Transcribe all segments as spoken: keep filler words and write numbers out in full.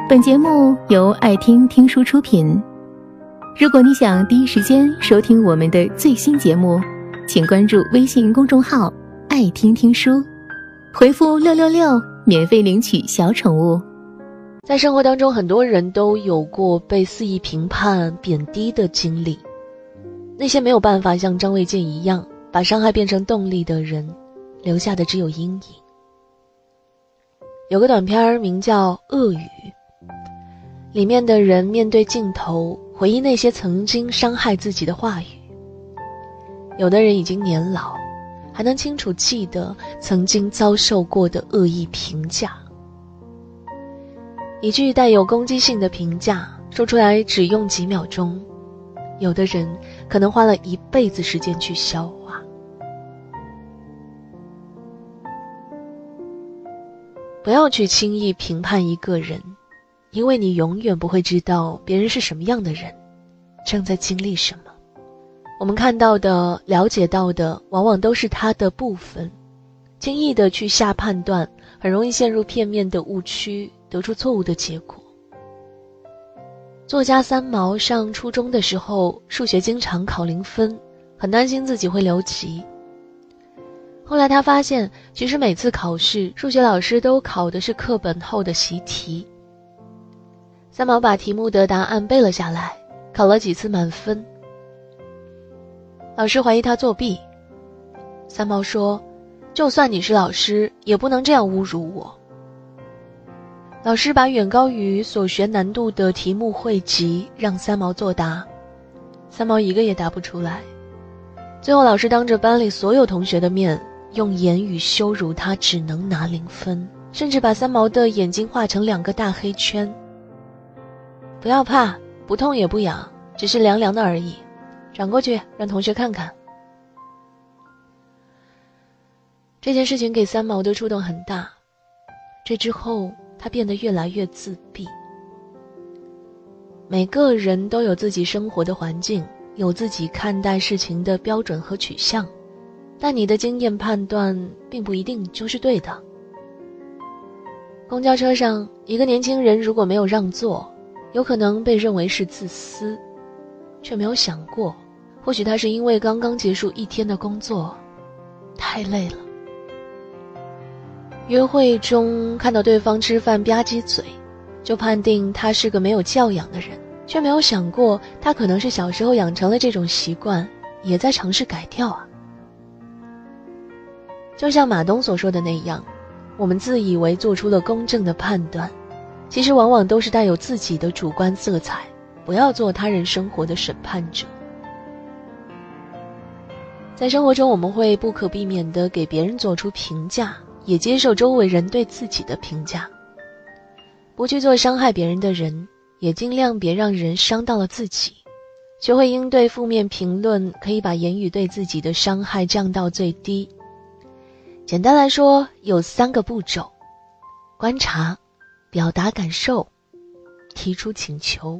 本节目由爱听听书出品。如果你想第一时间收听我们的最新节目，请关注微信公众号爱听听书，回复六六六免费领取小宠物。 在生活当中，很多人都有过被肆意评判贬低的经历，那些没有办法像张卫健一样把伤害变成动力的人，留下的只有阴影。有个短片名叫《恶语》，里面的人面对镜头回忆那些曾经伤害自己的话语。有的人已经年老，还能清楚记得曾经遭受过的恶意评价。一句带有攻击性的评价说出来只用几秒钟，有的人可能花了一辈子时间去消化。不要去轻易评判一个人，因为你永远不会知道别人是什么样的人，正在经历什么。我们看到的、了解到的，往往都是他的部分。轻易的去下判断，很容易陷入片面的误区，得出错误的结果。作家三毛上初中的时候，数学经常考零分，很担心自己会留级。后来他发现，其实每次考试，数学老师都考的是课本后的习题。三毛把题目的答案背了下来，考了几次满分。老师怀疑他作弊，三毛说，就算你是老师，也不能这样侮辱我。老师把远高于所学难度的题目汇集，让三毛作答，三毛一个也答不出来。最后老师当着班里所有同学的面，用言语羞辱他，只能拿零分，甚至把三毛的眼睛画成两个大黑圈。不要怕，不痛也不痒，只是凉凉的而已，转过去让同学看看。这件事情给三毛的触动很大，这之后他变得越来越自闭。每个人都有自己生活的环境，有自己看待事情的标准和取向，但你的经验判断并不一定就是对的。公交车上，一个年轻人如果没有让座，有可能被认为是自私，却没有想过，或许他是因为刚刚结束一天的工作，太累了。约会中看到对方吃饭吧唧嘴，就判定他是个没有教养的人，却没有想过他可能是小时候养成了这种习惯，也在尝试改掉啊。就像马东所说的那样，我们自以为做出了公正的判断，其实往往都是带有自己的主观色彩，不要做他人生活的审判者。在生活中，我们会不可避免地给别人做出评价，也接受周围人对自己的评价。不去做伤害别人的人，也尽量别让人伤到了自己。学会应对负面评论，可以把言语对自己的伤害降到最低。简单来说，有三个步骤：观察、表达感受、提出请求。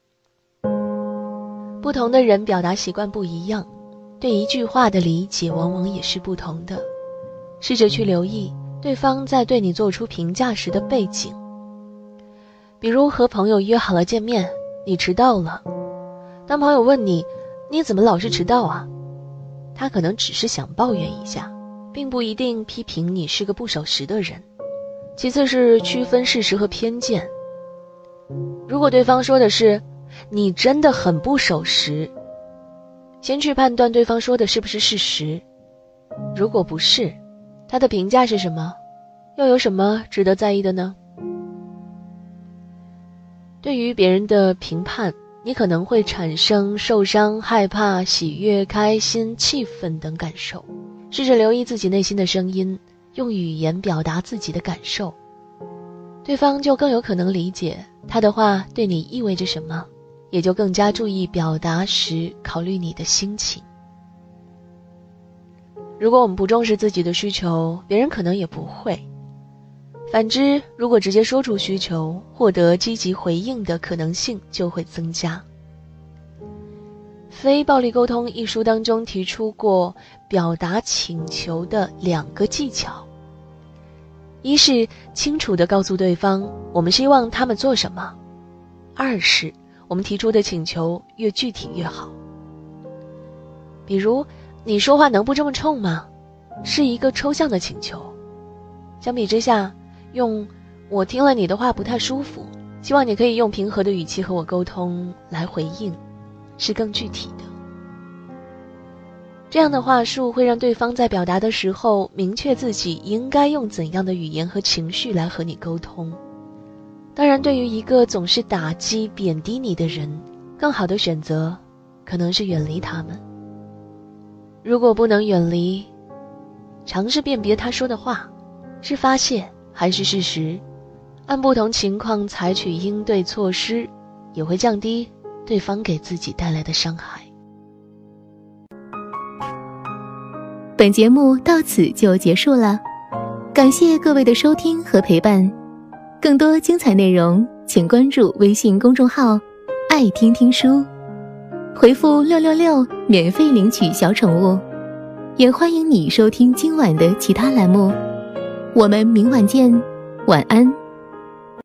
不同的人表达习惯不一样，对一句话的理解往往也是不同的。试着去留意对方在对你做出评价时的背景。比如和朋友约好了见面，你迟到了，当朋友问你，你怎么老是迟到啊？他可能只是想抱怨一下，并不一定批评你是个不守时的人。其次是区分事实和偏见。如果对方说的是，你真的很不守时，先去判断对方说的是不是事实。如果不是，他的评价是什么？又有什么值得在意的呢？对于别人的评判，你可能会产生受伤、害怕、喜悦、开心、气愤等感受。试着留意自己内心的声音，用语言表达自己的感受，对方就更有可能理解他的话对你意味着什么，也就更加注意表达时考虑你的心情。如果我们不重视自己的需求，别人可能也不会。反之，如果直接说出需求，获得积极回应的可能性就会增加。非暴力沟通一书当中提出过表达请求的两个技巧。 一是清楚地告诉对方我们希望他们做什么，二是我们提出的请求越具体越好。比如，你说话能不这么冲吗？是一个抽象的请求。相比之下，用我听了你的话不太舒服，希望你可以用平和的语气和我沟通来回应，是更具体的。这样的话术会让对方在表达的时候明确自己应该用怎样的语言和情绪来和你沟通。当然，对于一个总是打击贬低你的人，更好的选择可能是远离他们。如果不能远离，尝试辨别他说的话是发泄还是事实，按不同情况采取应对措施，也会降低对方给自己带来的伤害。 本节目到此就结束了，感谢各位的收听和陪伴。更多精彩内容，请关注微信公众号“爱听听书”，回复六六六免费领取小宠物。也欢迎你收听今晚的其他栏目。我们明晚见，晚安。